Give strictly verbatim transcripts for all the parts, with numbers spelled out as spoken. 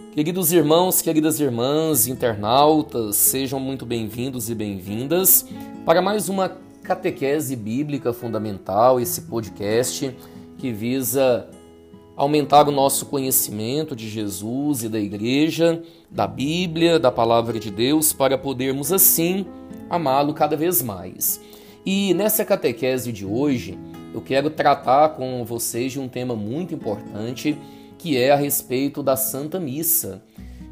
Queridos irmãos, queridas irmãs, internautas, sejam muito bem-vindos e bem-vindas para mais uma catequese bíblica fundamental, esse podcast que visa aumentar o nosso conhecimento de Jesus e da Igreja, da Bíblia, da Palavra de Deus, para podermos assim amá-lo cada vez mais. E nessa catequese de hoje, eu quero tratar com vocês de um tema muito importante, que é a respeito da Santa Missa.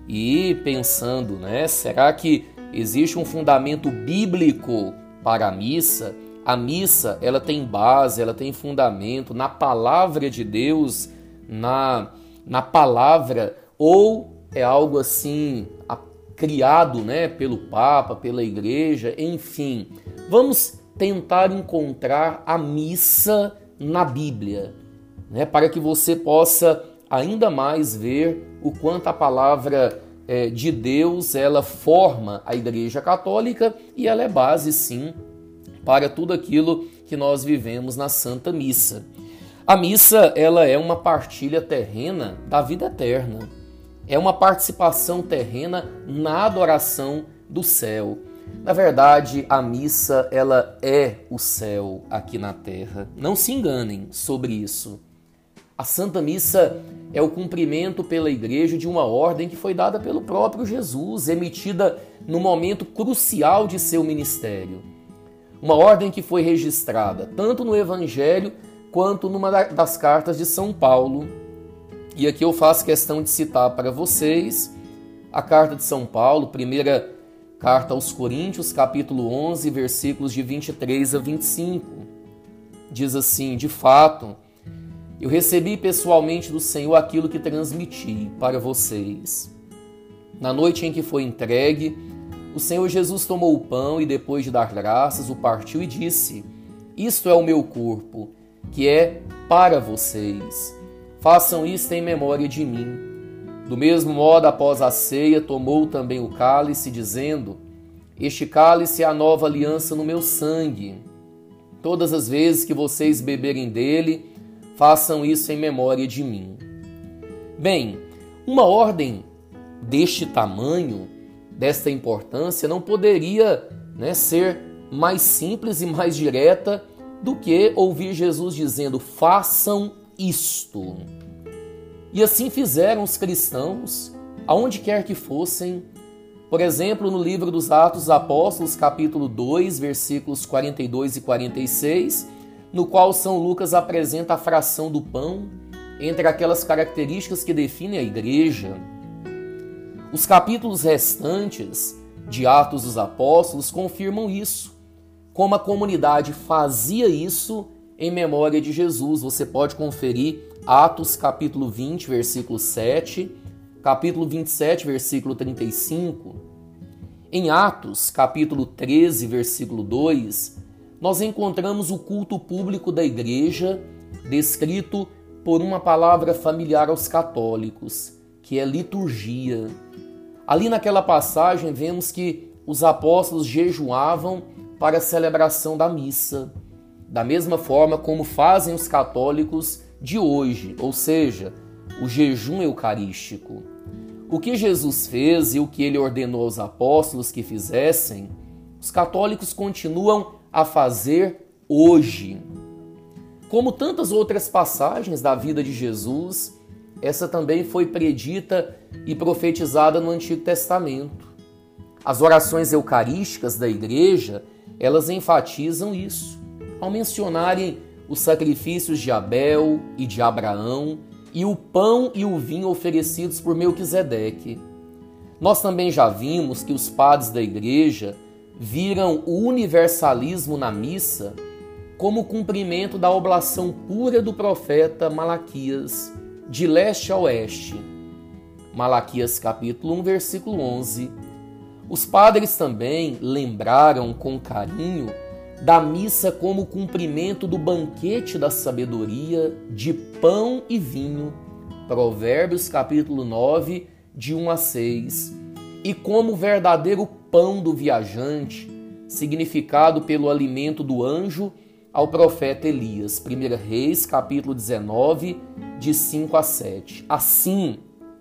E pensando, né, será que existe um fundamento bíblico para a missa? A missa, ela tem base, ela tem fundamento na palavra de Deus, na, na palavra, ou é algo assim a, criado, né, pelo Papa, pela Igreja, enfim. Vamos tentar encontrar a missa na Bíblia, né, para que você possa ainda mais ver o quanto a palavra é, de Deus ela forma a Igreja Católica e ela é base, sim, para tudo aquilo que nós vivemos na Santa Missa. A missa ela é uma partilha terrena da vida eterna. É uma participação terrena na adoração do céu. Na verdade, a missa ela é o céu aqui na terra. Não se enganem sobre isso. A Santa Missa é o cumprimento pela Igreja de uma ordem que foi dada pelo próprio Jesus, emitida no momento crucial de seu ministério. Uma ordem que foi registrada tanto no Evangelho quanto numa das cartas de São Paulo. E aqui eu faço questão de citar para vocês a carta de São Paulo, primeira carta aos Coríntios, capítulo onze, versículos de vinte e três a vinte e cinco. Diz assim: de fato, eu recebi pessoalmente do Senhor aquilo que transmiti para vocês. Na noite em que foi entregue, o Senhor Jesus tomou o pão e, depois de dar graças, o partiu e disse: isto é o meu corpo, que é para vocês. Façam isto em memória de mim. Do mesmo modo, após a ceia, tomou também o cálice, dizendo: este cálice é a nova aliança no meu sangue. Todas as vezes que vocês beberem dele, façam isso em memória de mim. Bem, uma ordem deste tamanho, desta importância, não poderia, né, ser mais simples e mais direta do que ouvir Jesus dizendo: façam isto. E assim fizeram os cristãos, aonde quer que fossem. Por exemplo, no livro dos Atos dos Apóstolos, capítulo dois, versículos quarenta e dois e quarenta e seis, no qual São Lucas apresenta a fração do pão entre aquelas características que definem a Igreja. Os capítulos restantes de Atos dos Apóstolos confirmam isso, como a comunidade fazia isso em memória de Jesus. Você pode conferir Atos capítulo vinte, versículo sete, capítulo vinte e sete, versículo trinta e cinco. Em Atos capítulo treze, versículo dois, nós encontramos o culto público da Igreja descrito por uma palavra familiar aos católicos, que é liturgia. Ali naquela passagem vemos que os apóstolos jejuavam para a celebração da missa, da mesma forma como fazem os católicos de hoje, ou seja, o jejum eucarístico. O que Jesus fez e o que ele ordenou aos apóstolos que fizessem, os católicos continuam a fazer hoje. Como tantas outras passagens da vida de Jesus, essa também foi predita e profetizada no Antigo Testamento. As orações eucarísticas da Igreja, elas enfatizam isso, ao mencionarem os sacrifícios de Abel e de Abraão e o pão e o vinho oferecidos por Melquisedeque. Nós também já vimos que os padres da Igreja viram o universalismo na missa como cumprimento da oblação pura do profeta Malaquias, de leste a oeste. Malaquias capítulo um, versículo onze. Os padres também lembraram com carinho da missa como cumprimento do banquete da sabedoria de pão e vinho, Provérbios capítulo nove, de um a seis, e como verdadeiro pão do viajante, significado pelo alimento do anjo ao profeta Elias, primeira Reis, capítulo dezenove, de cinco a sete. Assim,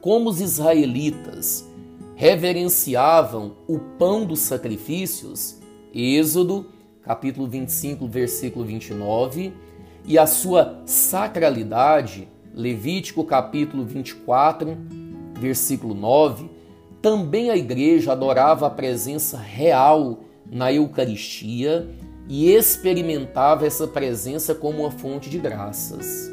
como os israelitas reverenciavam o pão dos sacrifícios, Êxodo, capítulo vinte e cinco, versículo vinte e nove, e a sua sacralidade, Levítico, capítulo vinte e quatro, versículo nove, também a igreja adorava a presença real na Eucaristia e experimentava essa presença como uma fonte de graças.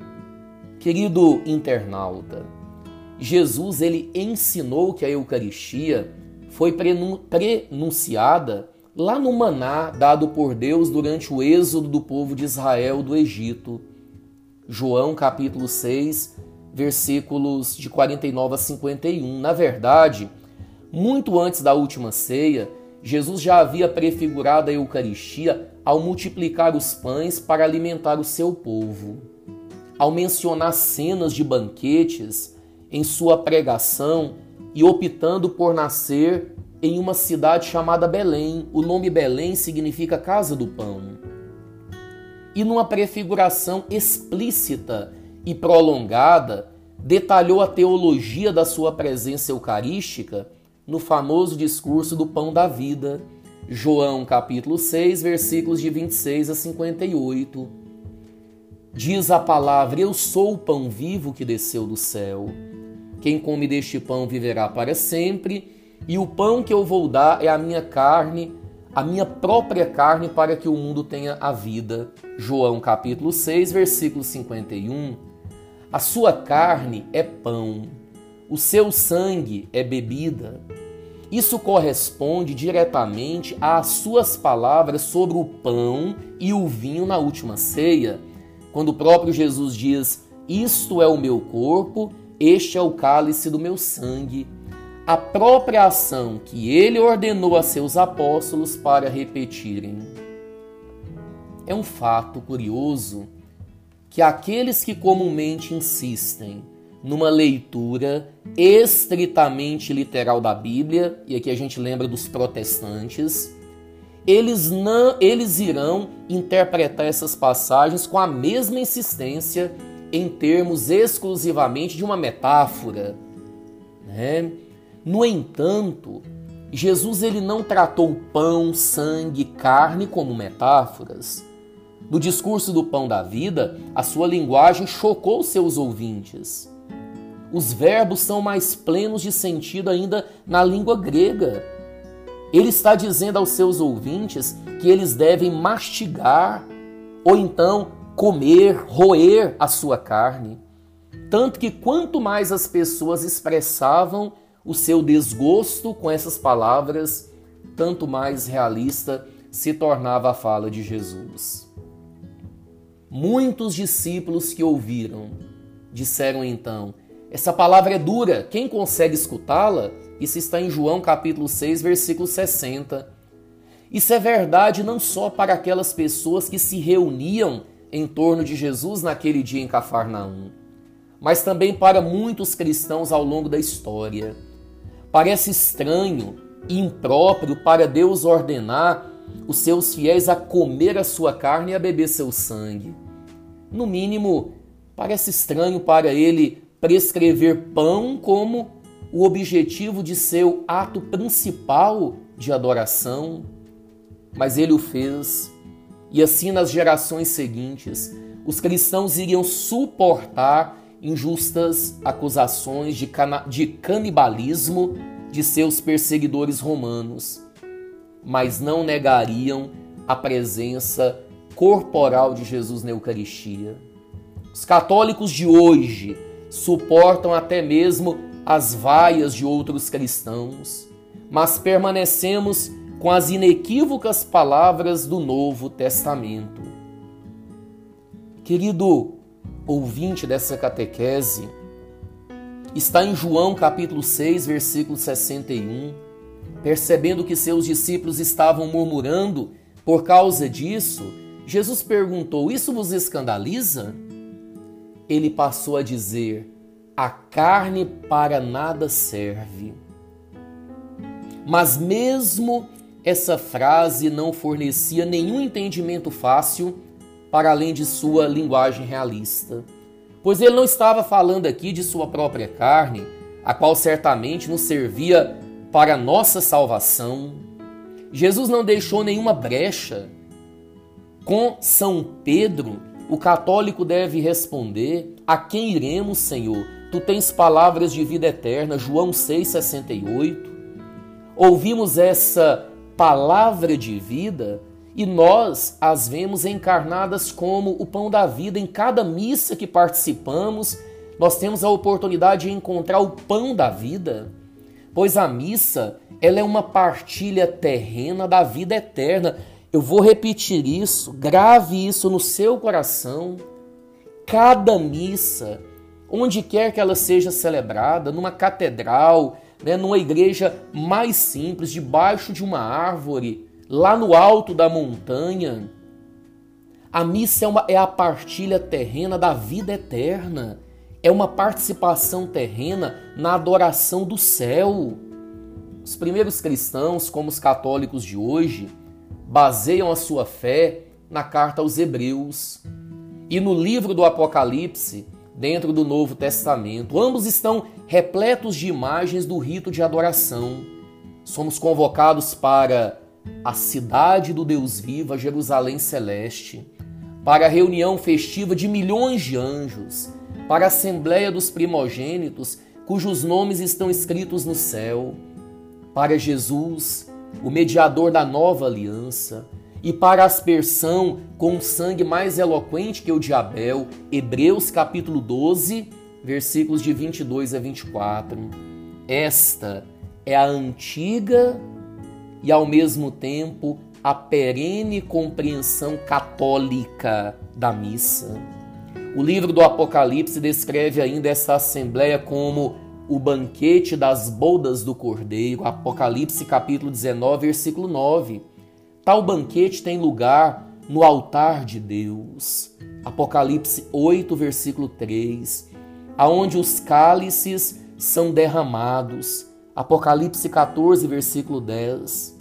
Querido internauta, Jesus ele ensinou que a Eucaristia foi prenunciada lá no maná dado por Deus durante o êxodo do povo de Israel do Egito. João capítulo seis, versículos de quarenta e nove a cinquenta e um. Na verdade, muito antes da última ceia, Jesus já havia prefigurado a Eucaristia ao multiplicar os pães para alimentar o seu povo. Ao mencionar cenas de banquetes em sua pregação e optando por nascer em uma cidade chamada Belém. O nome Belém significa casa do pão. E numa prefiguração explícita e prolongada, detalhou a teologia da sua presença eucarística no famoso discurso do pão da vida, João capítulo seis, versículos de vinte e seis a cinquenta e oito. Diz a palavra: eu sou o pão vivo que desceu do céu. Quem come deste pão viverá para sempre, e o pão que eu vou dar é a minha carne, a minha própria carne, para que o mundo tenha a vida. João capítulo seis, versículo cinquenta e um. A sua carne é pão, o seu sangue é bebida. Isso corresponde diretamente às suas palavras sobre o pão e o vinho na última ceia, quando o próprio Jesus diz: isto é o meu corpo, este é o cálice do meu sangue. A própria ação que ele ordenou a seus apóstolos para repetirem. É um fato curioso que aqueles que comumente insistem numa leitura estritamente literal da Bíblia, e aqui a gente lembra dos protestantes, eles, não, eles irão interpretar essas passagens com a mesma insistência em termos exclusivamente de uma metáfora, né? No entanto, Jesus ele não tratou pão, sangue, carne como metáforas. No discurso do pão da vida, a sua linguagem chocou seus ouvintes. Os verbos são mais plenos de sentido ainda na língua grega. Ele está dizendo aos seus ouvintes que eles devem mastigar ou então comer, roer a sua carne. Tanto que quanto mais as pessoas expressavam o seu desgosto com essas palavras, tanto mais realista se tornava a fala de Jesus. Muitos discípulos que ouviram disseram então: essa palavra é dura, quem consegue escutá-la? Isso está em João capítulo seis, versículo sessenta. Isso é verdade não só para aquelas pessoas que se reuniam em torno de Jesus naquele dia em Cafarnaum, mas também para muitos cristãos ao longo da história. Parece estranho e impróprio para Deus ordenar os seus fiéis a comer a sua carne e a beber seu sangue. No mínimo, parece estranho para ele prescrever pão como o objetivo de seu ato principal de adoração, mas ele o fez, e assim nas gerações seguintes, os cristãos iriam suportar injustas acusações de, cana- de canibalismo de seus perseguidores romanos, mas não negariam a presença corporal de Jesus na Eucaristia. Os católicos de hoje suportam até mesmo as vaias de outros cristãos, mas permanecemos com as inequívocas palavras do Novo Testamento. Querido ouvinte dessa catequese, está em João capítulo seis, versículo sessenta e um, percebendo que seus discípulos estavam murmurando por causa disso, Jesus perguntou: isso vos escandaliza? Ele passou a dizer: a carne para nada serve. Mas mesmo essa frase não fornecia nenhum entendimento fácil para além de sua linguagem realista, pois ele não estava falando aqui de sua própria carne, a qual certamente nos servia para a nossa salvação. Jesus não deixou nenhuma brecha. Com São Pedro, o católico deve responder: a quem iremos, Senhor? Tu tens palavras de vida eterna, João seis, sessenta e oito. Ouvimos essa palavra de vida e nós as vemos encarnadas como o pão da vida. Em cada missa que participamos, nós temos a oportunidade de encontrar o pão da vida, pois a missa, ela é uma partilha terrena da vida eterna. Eu vou repetir isso, grave isso no seu coração. Cada missa, onde quer que ela seja celebrada, numa catedral, né, numa igreja mais simples, debaixo de uma árvore, lá no alto da montanha, a missa é, uma, é a partilha terrena da vida eterna. É uma participação terrena na adoração do céu. Os primeiros cristãos, como os católicos de hoje, baseiam a sua fé na carta aos Hebreus e no livro do Apocalipse, dentro do Novo Testamento. Ambos estão repletos de imagens do rito de adoração. Somos convocados para a cidade do Deus vivo, a Jerusalém celeste, para a reunião festiva de milhões de anjos, para a assembleia dos primogênitos, cujos nomes estão escritos no céu, para Jesus, o mediador da nova aliança, e para a aspersão com um sangue mais eloquente que o de Abel, Hebreus capítulo doze, versículos de vinte e dois a vinte e quatro. Esta é a antiga e ao mesmo tempo a perene compreensão católica da missa. O livro do Apocalipse descreve ainda essa assembleia como o banquete das bodas do Cordeiro, Apocalipse capítulo dezenove, versículo nove. Tal banquete tem lugar no altar de Deus, Apocalipse oito, versículo três, aonde os cálices são derramados, Apocalipse quatorze, versículo dez.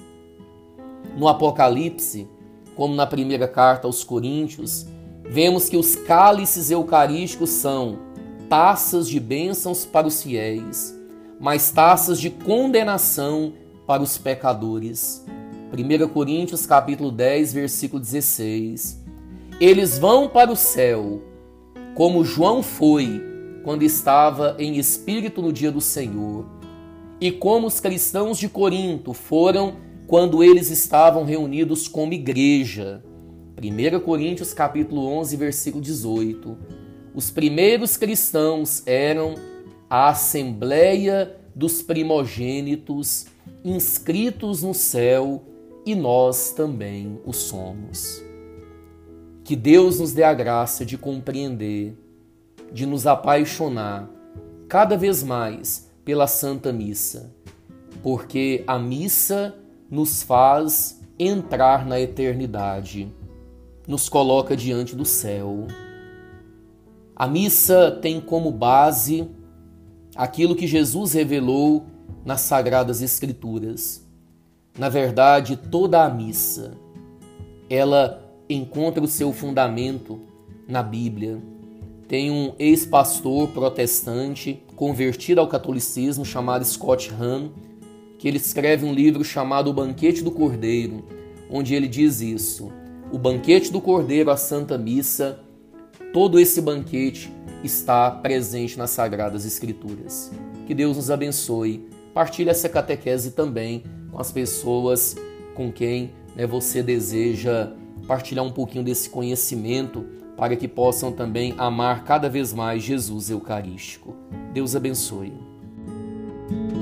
No Apocalipse, como na primeira carta aos Coríntios, vemos que os cálices eucarísticos são taças de bênçãos para os fiéis, mas taças de condenação para os pecadores. primeira Coríntios capítulo dez, versículo dezesseis. Eles vão para o céu, como João foi quando estava em espírito no dia do Senhor, e como os cristãos de Corinto foram quando eles estavam reunidos como igreja. primeira Coríntios capítulo onze, versículo dezoito. Os primeiros cristãos eram a assembleia dos primogênitos inscritos no céu, e nós também o somos. Que Deus nos dê a graça de compreender, de nos apaixonar cada vez mais pela Santa Missa, porque a missa nos faz entrar na eternidade, nos coloca diante do céu. A missa tem como base aquilo que Jesus revelou nas Sagradas Escrituras. Na verdade, toda a missa, ela encontra o seu fundamento na Bíblia. Tem um ex-pastor protestante convertido ao catolicismo chamado Scott Hahn, que ele escreve um livro chamado O Banquete do Cordeiro, onde ele diz isso: o banquete do Cordeiro, a Santa Missa, todo esse banquete está presente nas Sagradas Escrituras. Que Deus nos abençoe. Partilhe essa catequese também com as pessoas com quem, né, você deseja partilhar um pouquinho desse conhecimento, para que possam também amar cada vez mais Jesus Eucarístico. Deus abençoe.